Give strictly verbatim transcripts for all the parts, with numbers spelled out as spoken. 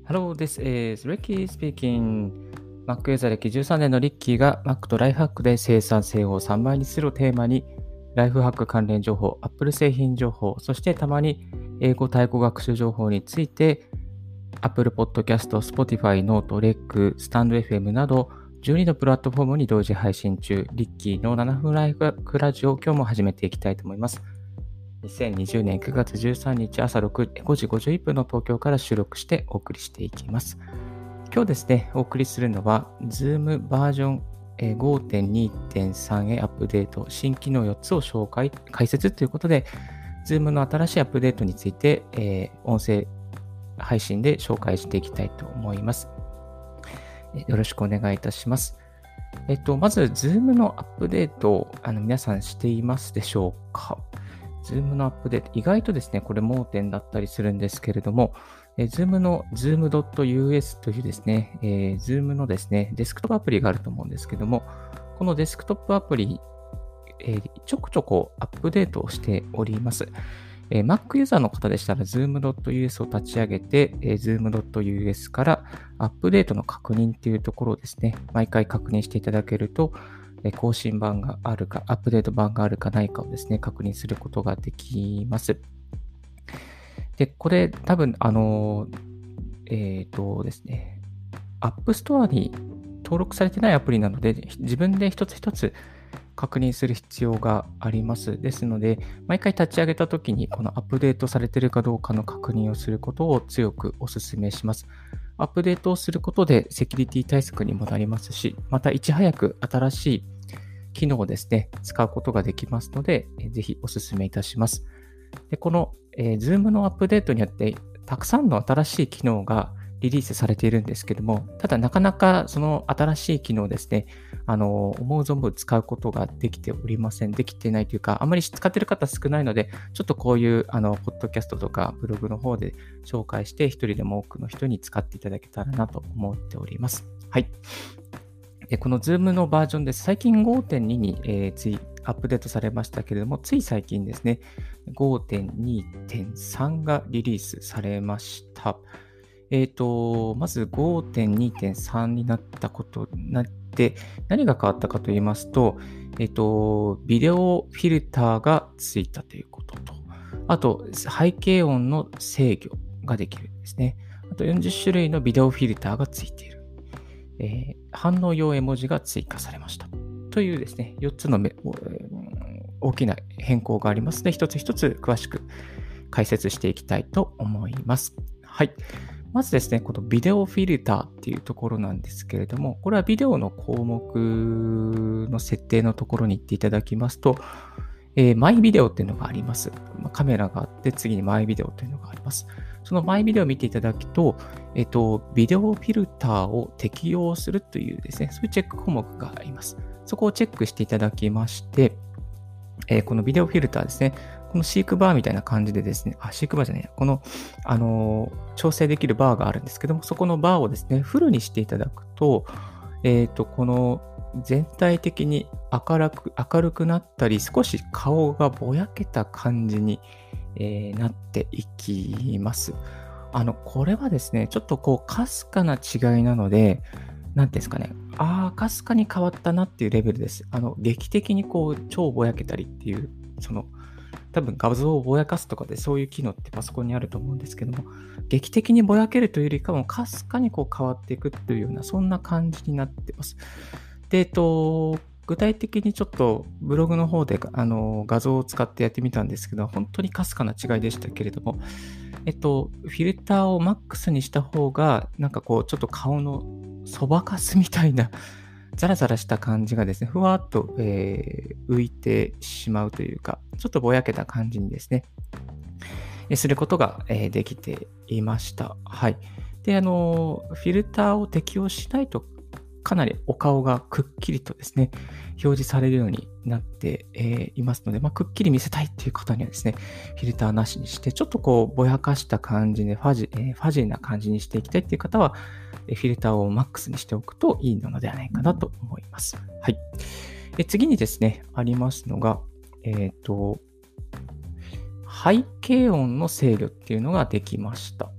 Hello, this is Ricky speaking. Mac ユーザー歴じゅうさんねんのリッキーが Mac とライフハックで生産性をさんばいにするをテーマに、ライフハック関連情報、Apple 製品情報、そしてたまに英語・タイ語学習情報について、Apple Podcast、Spotify、Note、レック、スタンド エフエム などじゅうにのプラットフォームに同時配信中、リッキーのななふんライフハックラジオを今日も始めていきたいと思います。にせんにじゅうねんくがつじゅうさんにち朝ごじごじゅういっぷんの東京から収録してお送りしていきます。今日ですね、お送りするのは Zoom バージョン ごてんにてんさん へアップデート、新機能よっつを紹介、解説ということで、Zoom の新しいアップデートについて、えー、音声配信で紹介していきたいと思います。よろしくお願いいたします。えっと、まず Zoom のアップデートをあの皆さんしていますでしょうか。Zoom のアップデート、意外とですね、これ盲点だったりするんですけれども、えー、Zoom の ズームドットユーエス というですね、えー、Zoom のですね、デスクトップアプリがあると思うんですけども、このデスクトップアプリ、えー、ちょこちょこアップデートをしております。えー、Mac ユーザーの方でしたら ズームドットユーエス を立ち上げて、えー、ズームドットユーエス からアップデートの確認っていうところをですね、毎回確認していただけると、更新版があるか、アップデート版があるかないかをですね、確認することができます。で、これ多分、あの、えっとですね、App Store に登録されてないアプリなので、自分で一つ一つ確認する必要があります。ですので、毎回立ち上げたときに、このアップデートされているかどうかの確認をすることを強くお勧めします。アップデートをすることでセキュリティ対策にもなりますし、またいち早く新しい機能をですね、使うことができますので、ぜひお勧めいたします。で、この、えー、Zoom のアップデートによって、たくさんの新しい機能がリリースされているんですけども、ただなかなかその新しい機能をですね、あの、思う存分使うことができておりません。できてないというか、あまり使っている方少ないので、ちょっとこういう、あの、ポッドキャストとかブログの方で紹介して、一人でも多くの人に使っていただけたらなと思っております。はい。でこの Zoom のバージョンです。最近 ごてんに に、えー、ついアップデートされましたけれども、つい最近ですね、ごてんにてんさん がリリースされました。えっと、まず ごてんにてんさん になったことになって、何が変わったかと言いますと、えっと、ビデオフィルターがついたということと、あと、背景音の制御ができるんですね。あとよんじゅっしゅるいのビデオフィルターがついている。えー、反応用絵文字が追加されました。というですね、よっつのめ大きな変更がありますので、一つ一つ詳しく解説していきたいと思います。はい。まずですね、このビデオフィルターっていうところなんですけれども、これはビデオの項目の設定のところに行っていただきますと、えー、マイビデオっていうのがあります。カメラがあって、次にマイビデオというのがあります。そのマイビデオを見ていただくと、えっと、ビデオフィルターを適用するというですね、そういうチェック項目があります。そこをチェックしていただきまして、えー、このビデオフィルターですね、このシークバーみたいな感じでですね、あ、シークバーじゃないや、この、あのー、調整できるバーがあるんですけども、そこのバーをですね、フルにしていただくと、えっと、この全体的に明るく、明るくなったり、少し顔がぼやけた感じに、えー、なっていきます。あの、これはですね、ちょっとこう、かすかな違いなので、なんていうんですかね、ああ、かすかに変わったなっていうレベルです。あの、劇的にこう、超ぼやけたりっていう、その、多分画像をぼやかすとかでそういう機能ってパソコンにあると思うんですけども、劇的にぼやけるというよりかも、かすかにこう変わっていくというような、そんな感じになってます。で、えっと、具体的にちょっとブログの方であの画像を使ってやってみたんですけど、本当にかすかな違いでしたけれども、えっと、フィルターをマックスにした方が、なんかこう、ちょっと顔のそばかすみたいな、ザラザラした感じがですね、ふわっと、えー、浮いてしまうというか、ちょっとぼやけた感じにですね、することが、えー、できていました。はい。で、あの、フィルターを適用しないと、かなりお顔がくっきりとですね、表示されるようになって、えー、いますので、まあ、くっきり見せたいっていう方にはですね、フィルターなしにして、ちょっとこう、ぼやかした感じで、ファジ、えー、ファジーな感じにしていきたいっていう方は、フィルターをマックスにしておくといいのではないかなと思います。はい。で次にですね、ありますのが、えっと、背景音の制御っていうのができました。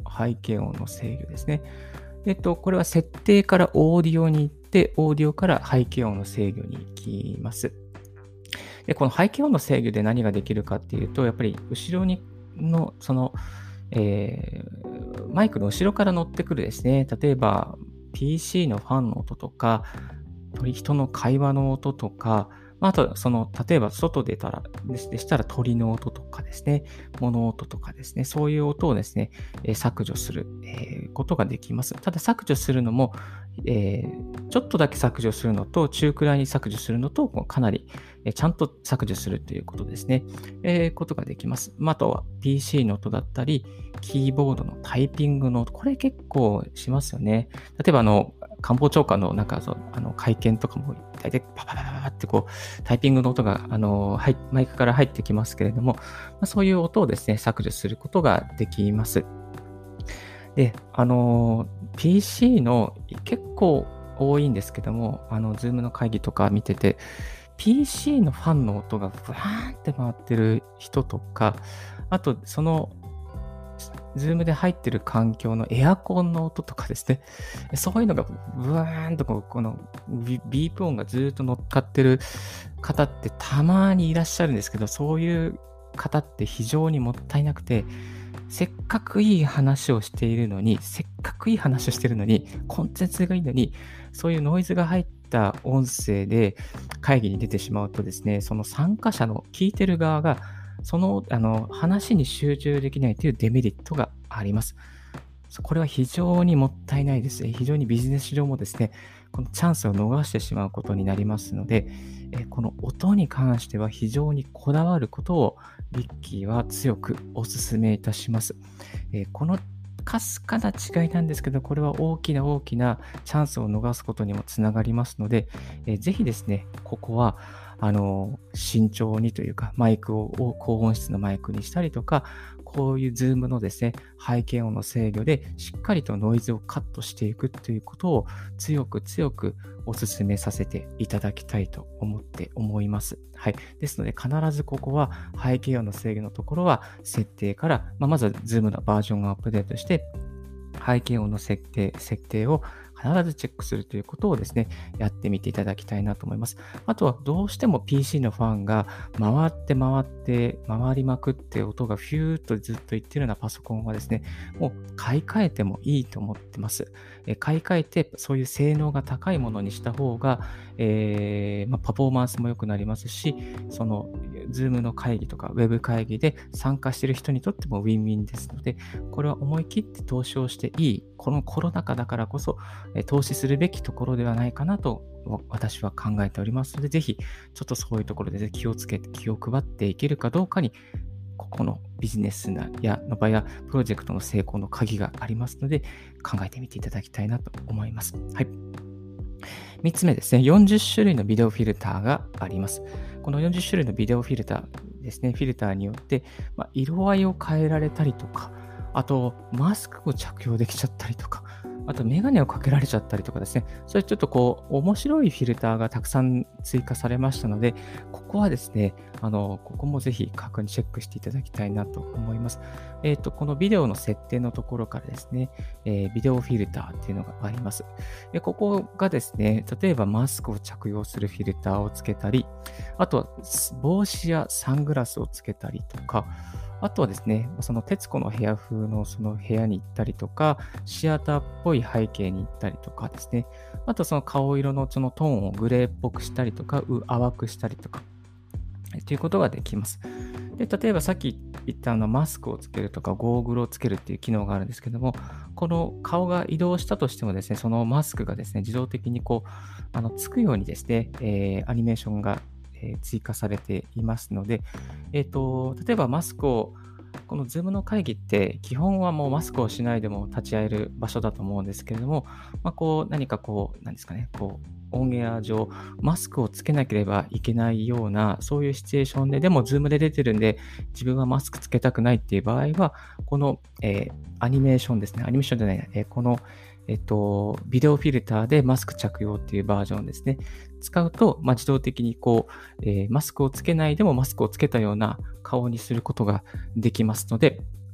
背景音の制御ですね。えっと、これは設定からオーディオに行って、オーディオから背景音の制御に行きます。で、この背景音の制御で何ができるかっていうと、やっぱり後ろにの、その、えー、マイクの後ろから乗ってくるですね、例えば ピーシー のファンの音とか、鳥人の会話の音とか、まあ、あと、その、例えば外出たら、でしたら鳥の音とかですね、物音とかですね、そういう音をですね、えー削除する、えーことができます。ただ削除するのも、えーちょっとだけ削除するのと、中くらいに削除するのと、こうかなり、えーちゃんと削除するということですね。えーことができます。まあ、あとは ピーシー の音だったり、キーボードのタイピングの音、これ結構しますよね。例えば、あの、官房長官のなんかそうあの会見とかも大体パパパパパってこうタイピングの音があのはいマイクから入ってきますけれども、まあ、そういう音をですね削除することができます。で、あの ピーシー の結構多いんですけども、あの Zoom の会議とか見てて ピーシー のファンの音がブワーンって回ってる人とか、あとそのズームで入ってる環境のエアコンの音とかですね。そういうのがブワーンとこうこのビビープ音がずっと乗っかってる方ってたまにいらっしゃるんですけど、そういう方って非常にもったいなくて、せっかくいい話をしているのに、せっかくいい話をしているのに、コンテンツがいいのに、そういうノイズが入った音声で会議に出てしまうとですね、その参加者の聞いてる側がその、あの、話に集中できないというデメリットがあります。これは非常にもったいないですね。非常にビジネス上もですね、このチャンスを逃してしまうことになりますので、えこの音に関しては非常にこだわることをリッキーは強くお勧めいたします。えこのかすかな違いなんですけど、これは大きな大きなチャンスを逃すことにもつながりますので、えぜひですね、ここはあの慎重にというか、マイクを高音質のマイクにしたりとか、こういう Zoom のですね、背景音の制御でしっかりとノイズをカットしていくということを強く強くお勧めさせていただきたいと思って思います。はい。ですので、必ずここは背景音の制御のところは設定から、まあ、まずは Zoom のバージョンをアップデートして、背景音の設定、設定を必ずチェックするということをですね、やってみていただきたいなと思います。あとはどうしても ピーシー のファンが回って回って回りまくって音がフューッとずっといってるようなパソコンはですね、もう買い替えてもいいと思ってます。え買い替えてそういう性能が高いものにした方が、えーまあ、パフォーマンスも良くなりますし、その Zoom の会議とか Web 会議で参加している人にとってもウィンウィンですので、これは思い切って投資をしていい、このコロナ禍だからこそ投資するべきところではないかなと私は考えておりますので、ぜひちょっとそういうところで気をつけて気を配っていけるかどうかに、ここのビジネスやの場やプロジェクトの成功の鍵がありますので、考えてみていただきたいなと思います。はい。みっつめですね、よんじゅっしゅるいのビデオフィルターがあります。このよんじゅっしゅるいのビデオフィルターですね、フィルターによって、まあ、色合いを変えられたりとか、あとマスクを着用できちゃったりとか、あとメガネをかけられちゃったりとかですね、そういうちょっとこう面白いフィルターがたくさん追加されましたので、ここはですね、あの、ここもぜひ確認チェックしていただきたいなと思います。えっと、このビデオの設定のところからですね、えービデオフィルターっていうのがあります。で、ここがですね、例えばマスクを着用するフィルターをつけたり、あとは帽子やサングラスをつけたりとか、あとはですね、その徹子の部屋風のその部屋に行ったりとか、シアターっぽい背景に行ったりとかですね、あとその顔色のそのトーンをグレーっぽくしたりとか、う淡くしたりとか、ということができます。で、例えばさっき言ったあのマスクをつけるとかゴーグルをつけるっていう機能があるんですけども、この顔が移動したとしてもですね、そのマスクがですね、自動的にこう、あのつくようにですね、えーアニメーションがえー追加されていますので、えっと、例えばマスクを、この Zoom の会議って基本はもうマスクをしないでも立ち会える場所だと思うんですけれども、まあ、こう何かこう、なんですかね、こう、オンエア上、マスクをつけなければいけないような、そういうシチュエーションで、でも Zoom で出てるんで、自分はマスクつけたくないっていう場合は、この、えーアニメーションですね、アニメーションじゃない、えーこの、えっと、ビデオフィルターでマスク着用っていうバージョンですね。使うと、まあ、自動的にこう、えーマスクをつけないでもマスクをつけたような顔にすることができますので、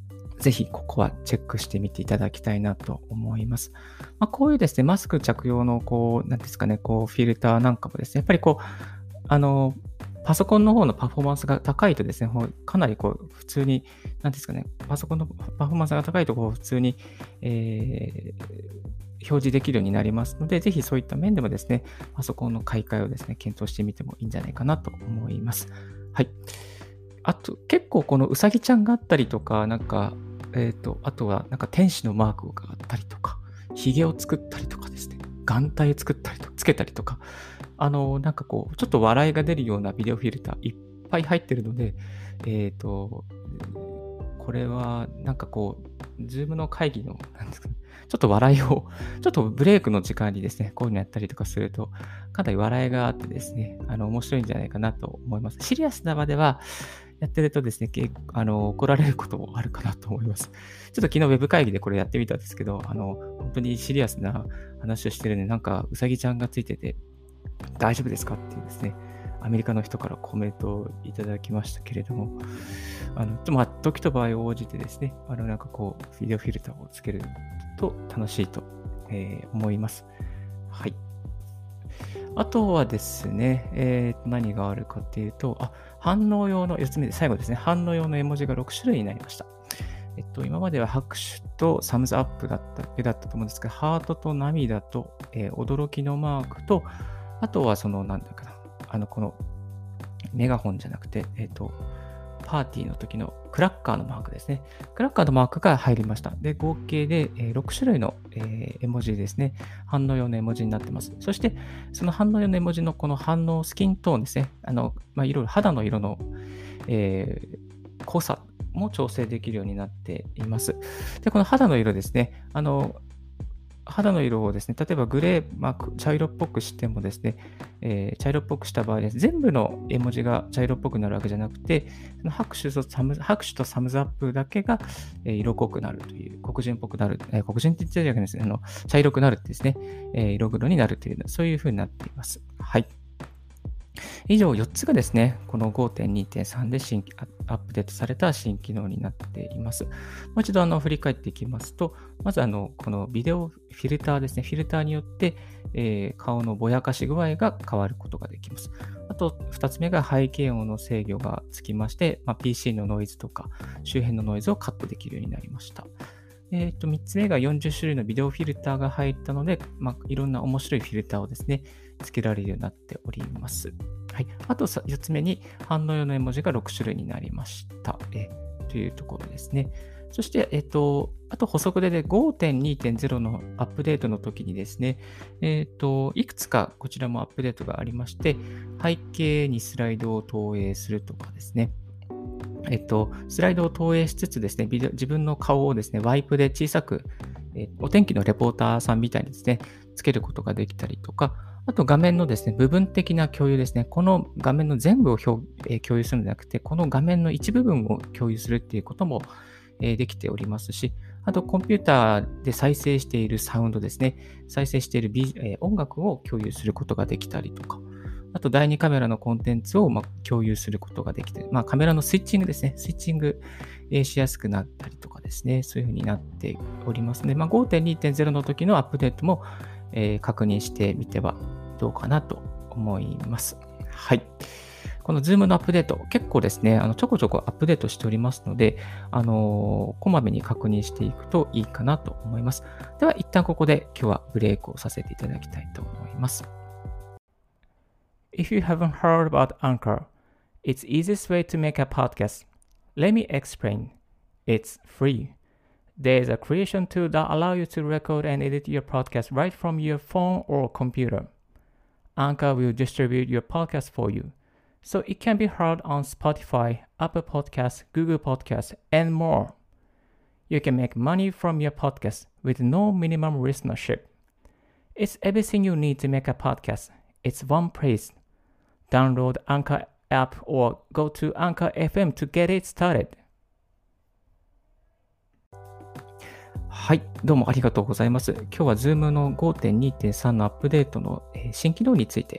ぜひここはチェックしてみていただきたいなと思います。まあ、こういうですね、マスク着用のこう、なんですかね、こうフィルターなんかもですね、やっぱりこう、あの、パソコンの方のパフォーマンスが高いとですね、かなりこう普通に、なんですかね、パソコンのパフォーマンスが高いとこう普通に、えー、表示できるようになりますので、ぜひそういった面でもですね、パソコンの買い替えをですね、検討してみてもいいんじゃないかなと思います。はい。あと、結構このうさぎちゃんがあったりとか、なんか、えっと、あとはなんか天使のマークがあったりとか、ヒゲを作ったりとかですね、眼帯を作ったりとか、つけたりとか、あの、なんかこう、ちょっと笑いが出るようなビデオフィルターいっぱい入ってるので、えっと、これはなんかこう、ズームの会議の、なんですかね、ちょっと笑いを、ちょっとブレイクの時間にですね、こういうのやったりとかすると、かなり笑いがあってですね、あの、面白いんじゃないかなと思います。シリアスな場では、やってるとですね、結構あの怒られることもあるかなと思います。ちょっと昨日ウェブ会議でこれやってみたんですけど、あの、本当にシリアスな話をしてるんで、なんかうさぎちゃんがついてて、大丈夫ですかっていうですね、アメリカの人からコメントをいただきましたけれども、あの、まあ、時と場合を応じてですね、あの、なんかこう、ビデオフィルターをつけると楽しいと、えー思います。はい。あとはですね、えー何があるかっていうと、あ、反応用の、よっつめで最後ですね、反応用の絵文字がろく種類になりました。えっと、今までは拍手とサムズアップだっただけだったと思うんですが、ハートと涙と、えー驚きのマークと、あとはその、なんだかな、あの、このメガホンじゃなくて、えっと、パーティーの時のクラッカーのマークですね。クラッカーのマークが入りました。で、合計でえーろく種類のえー絵文字ですね。反応用の絵文字になってます。そして、その反応用の絵文字のこの反応スキントーンですね。あの、まあ、いろいろ肌の色の、えー濃さも調整できるようになっています。で、この肌の色ですね。あの、肌の色をですね、例えばグレー、まあ、茶色っぽくしてもですね、えー茶色っぽくした場合です。全部の絵文字が茶色っぽくなるわけじゃなくて、その拍手とサム拍手とサムズアップだけがえー色濃くなるという、黒人っぽくなる、えー黒人って言ってるわけですね、あの茶色くなるってですね、えー色黒になるという、そういう風になっています。はい。以上よっつがですね、この ごてんにてんさん で新規アップデートされた新機能になっています。もう一度あの振り返っていきますと、まずあのこのビデオフィルターですね、フィルターによって、えー顔のぼやかし具合が変わることができます。あとふたつめが背景音の制御がつきまして、まあ、ピーシー のノイズとか周辺のノイズをカットできるようになりました。えー、とみっつめがよんじゅっ種類のビデオフィルターが入ったので、まあ、いろんな面白いフィルターをですね、つけられるようになっております。はい。あとよっつめに反応用の絵文字がろく種類になりました。えーというところですね。そして、えっと、あと補足で、ね、ごてんにてんゼロ のアップデートの時にですね、えっと、いくつかこちらもアップデートがありまして、背景にスライドを投影するとかですね、えっと、スライドを投影しつつですね、ビデオ自分の顔をですね、ワイプで小さく、えお天気のレポーターさんみたいにですね、つけることができたりとか、あと画面のですね、部分的な共有ですね、この画面の全部を表、えー共有するのではなくて、この画面の一部分を共有するっていうことも、えーできておりますし、あとコンピューターで再生しているサウンドですね、再生している、ビジえー音楽を共有することができたりとか、あとだいにカメラのコンテンツをまあ共有することができて、まあ、カメラのスイッチングですね、スイッチングえーしやすくなったりとかですね、そういうふうになっておりますので、まあ、ごてんにてんゼロ の時のアップデートも、えー確認してみてはどうかなと思います。はい。この Zoom のアップデート、結構ですね、あのちょこちょこアップデートしておりますので、あのーこまめに確認していくといいかなと思います。では、一旦ここで今日はブレイクをさせていただきたいと思います。If you haven't heard about Anchor, it's the easiest way to make a podcast. Let me explain. It's free. There's a creation tool that allows you to record and edit your podcast right from your phone or computer. Anchor will distribute your podcast for you, so it can be heard on Spotify, Apple Podcasts, Google Podcasts, and more. You can make money from your podcast with no minimum listenership. It's everything you need to make a podcast. It's one place. Download Anchor app or go to Anchor エフエム to get it started. はい、どうもありがとうございます。今日は Zoom の ごてんにてんさん のアップデートの新機能について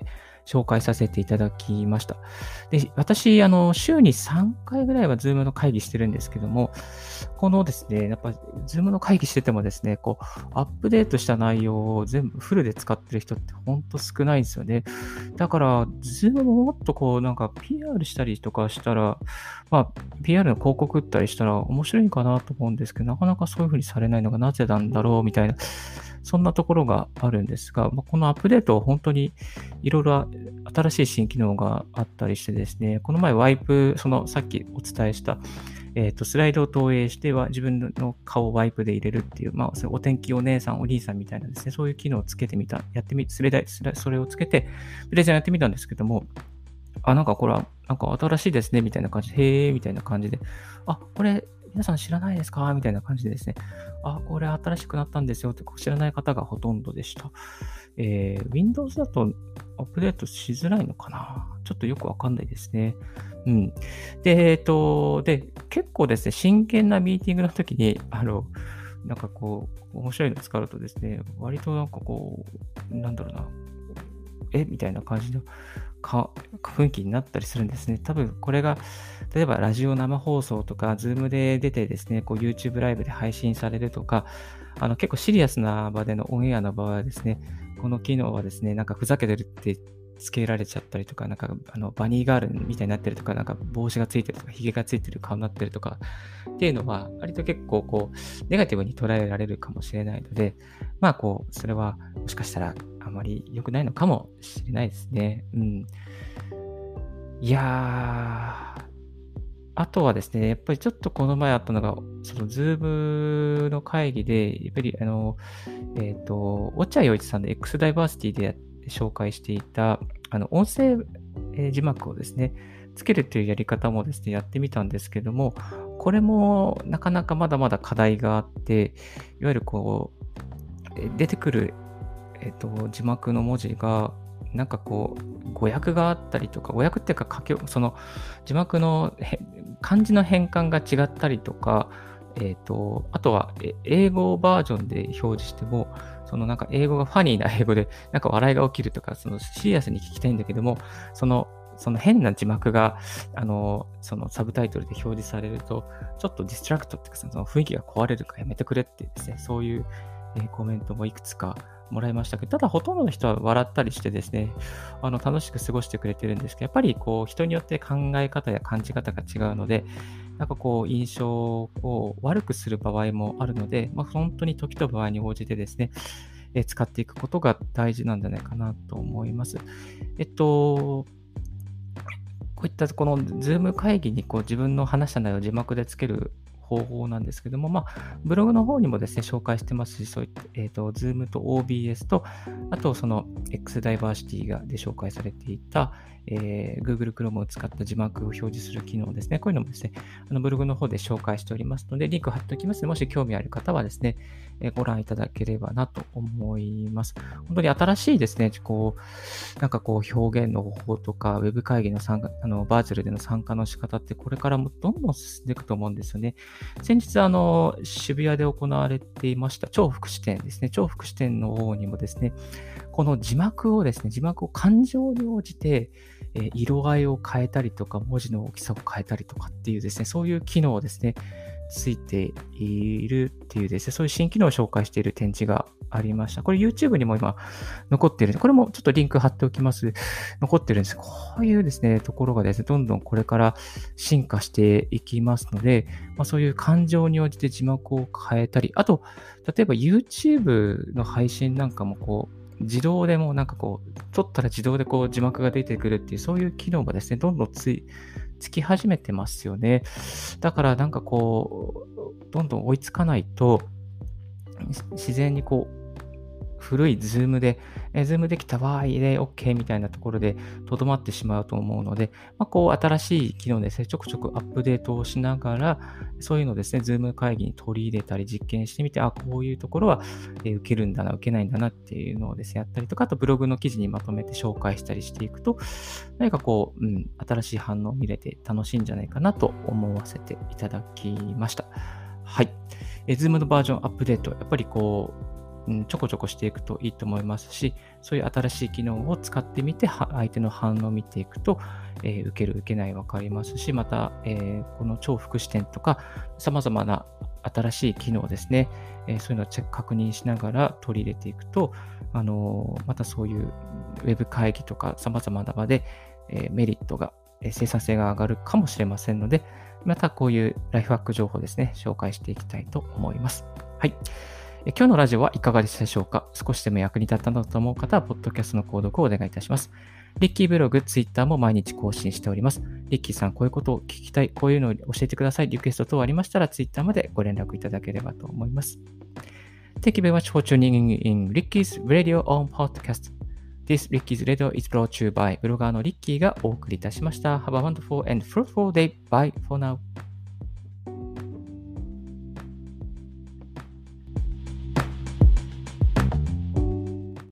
紹介させていただきました。で、私、あの、週にさんかいぐらいは Zoom の会議してるんですけども、このですね、やっぱ Zoom の会議しててもですね、こう、アップデートした内容を全部フルで使ってる人ってほんと少ないんですよね。だから、Zoom ももっとこう、なんか ピーアール したりとかしたら、まあ、ピーアール の広告打ったりしたら面白いかなと思うんですけど、なかなかそういう風にされないのがなぜなんだろうみたいな、そんなところがあるんですが、まあ、このアップデートは本当にいろいろ新しい新機能があったりしてですね、この前ワイプ、そのさっきお伝えした、えっと、スライドを投影しては自分の顔をワイプで入れるっていう、まあ、それお天気お姉さん、お兄さんみたいなですね、そういう機能をつけてみた、やってみ、それで、それをつけて、プレゼンやってみたんですけども、あ、なんかこれは、なんか新しいですね、みたいな感じで、へー、みたいな感じで、あ、これ、皆さん知らないですかみたいな感じでですね、あ、これ新しくなったんですよって知らない方がほとんどでした。えー、Windows だとアップデートしづらいのかなちょっとよくわかんないですね。うん。で、えっと、で、結構ですね、真剣なミーティングの時に、あの、なんかこう、面白いの使うとですね、割となんかこう、なんだろうな、えみたいな感じのか雰囲気になったりするんですね。多分これが、例えばラジオ生放送とか、Zoom で出てですね、こう YouTube ライブで配信されるとか、あの結構シリアスな場でのオンエアの場合はですね、この機能はですね、なんかふざけてるってつけられちゃったりとか、なんかあのバニーガールみたいになってるとか、なんか帽子がついてるとか、髭がついてる顔になってるとかっていうのは、割と結構こう、ネガティブに捉えられるかもしれないので、まあこう、それはもしかしたらあまり良くないのかもしれないですね。うん。いやー、あとはですね、やっぱりちょっとこの前あったのが、その Zoom の会議で、やっぱりあの、えっと、落合陽一さんで X ダイバーシティでや紹介していた、あの、音声、えー字幕をですね、つけるというやり方もですね、やってみたんですけども、これもなかなかまだまだ課題があって、いわゆるこう、え出てくるえっと、字幕の文字が、なんかこう、誤訳があったりとか、誤訳っていうか書き、その字幕のへ漢字の変換が違ったりとか、えっと、あとは、え英語バージョンで表示しても、そのなんか英語がファニーな英語で、なんか笑いが起きるとか、そのシリアスに聞きたいんだけども、その、その変な字幕が、あの、そのサブタイトルで表示されると、ちょっとディストラクトっていうか、その雰囲気が壊れるからやめてくれってですね、そういう、えーコメントもいくつかもらいましたけど、ただほとんどの人は笑ったりしてですね、あの楽しく過ごしてくれてるんですけど、やっぱりこう人によって考え方や感じ方が違うので、なんかこう印象を悪くする場合もあるので、まあ、本当に時と場合に応じてですね、えー使っていくことが大事なんじゃないかなと思います。えっと、こういったこの Zoom 会議にこう自分の話した内容を字幕でつける方法なんですけども、まあ、ブログの方にもですね、紹介してますし、そういった、えっと、Zoom と オービーエス と、あとその X ダイバーシティがで紹介されていた、えー Google Chrome を使った字幕を表示する機能ですね。こういうのもですね、あのブログの方で紹介しておりますので、リンク貼っておきますので、もし興味ある方はですね、えーご覧いただければなと思います。本当に新しいですね、こう、なんかこう表現の方法とか、ウェブ会議の参加、あのバーチャルでの参加の仕方ってこれからもどんどん進んでいくと思うんですよね。先日、あの、渋谷で行われていました超福祉展ですね。超福祉展の方にもですね、この字幕をですね、字幕を感情に応じて、えー色合いを変えたりとか、文字の大きさを変えたりとかっていうですね、そういう機能をですね、ついているっていうですね、そういう新機能を紹介している展示がありました。これ YouTube にも今残っている。これもちょっとリンク貼っておきます。残ってるんです。こういうですね、ところがですね、どんどんこれから進化していきますので、まあ、そういう感情に応じて字幕を変えたり、あと、例えば YouTube の配信なんかもこう、自動でもなんかこう、撮ったら自動でこう字幕が出てくるっていう、そういう機能がですね、どんどんつい、つき始めてますよね。だからなんかこう、どんどん追いつかないと、自然にこう、古いズームで、えー、ズームできた場合で OK みたいなところでとどまってしまうと思うので、まあ、こう新しい機能ですね、ちょくちょくアップデートをしながら、そういうのをですね、ズーム会議に取り入れたり実験してみて、あ、こういうところは、えー受けるんだな、受けないんだなっていうのをですね、やったりとか、あとブログの記事にまとめて紹介したりしていくと、何かこう、うん、新しい反応を見れて楽しいんじゃないかなと思わせていただきました。はい。えー、Zoom のバージョンアップデート、やっぱりこう、 うん、ちょこちょこしていくといいと思いますし、そういう新しい機能を使ってみて、は相手の反応を見ていくと、えー受ける、受けない分かりますし、また、えーこの重複視点とか、様々な新しい機能ですね、えーそういうのをチェック確認しながら取り入れていくと、あのーまたそういうウェブ会議とか様々な場で、えーメリットが、えー生産性が上がるかもしれませんので、またこういうライフハック情報ですね、紹介していきたいと思います。はい。え今日のラジオはいかがでしたでしょうか？少しでも役に立ったなと思う方は、ポッドキャストの購読をお願いいたします。リッキーブログ、ツイッターも毎日更新しております。リッキーさん、こういうことを聞きたい、こういうのを教えてください、リクエスト等ありましたら、ツイッターまでご連絡いただければと思います。Thank you very much for tuning in Ricky's Radio on Podcast.This Ricky's Radio is brought to you by ブロガーのリッキーがお送りいたしました。Have a wonderful and fruitful day. Bye for now.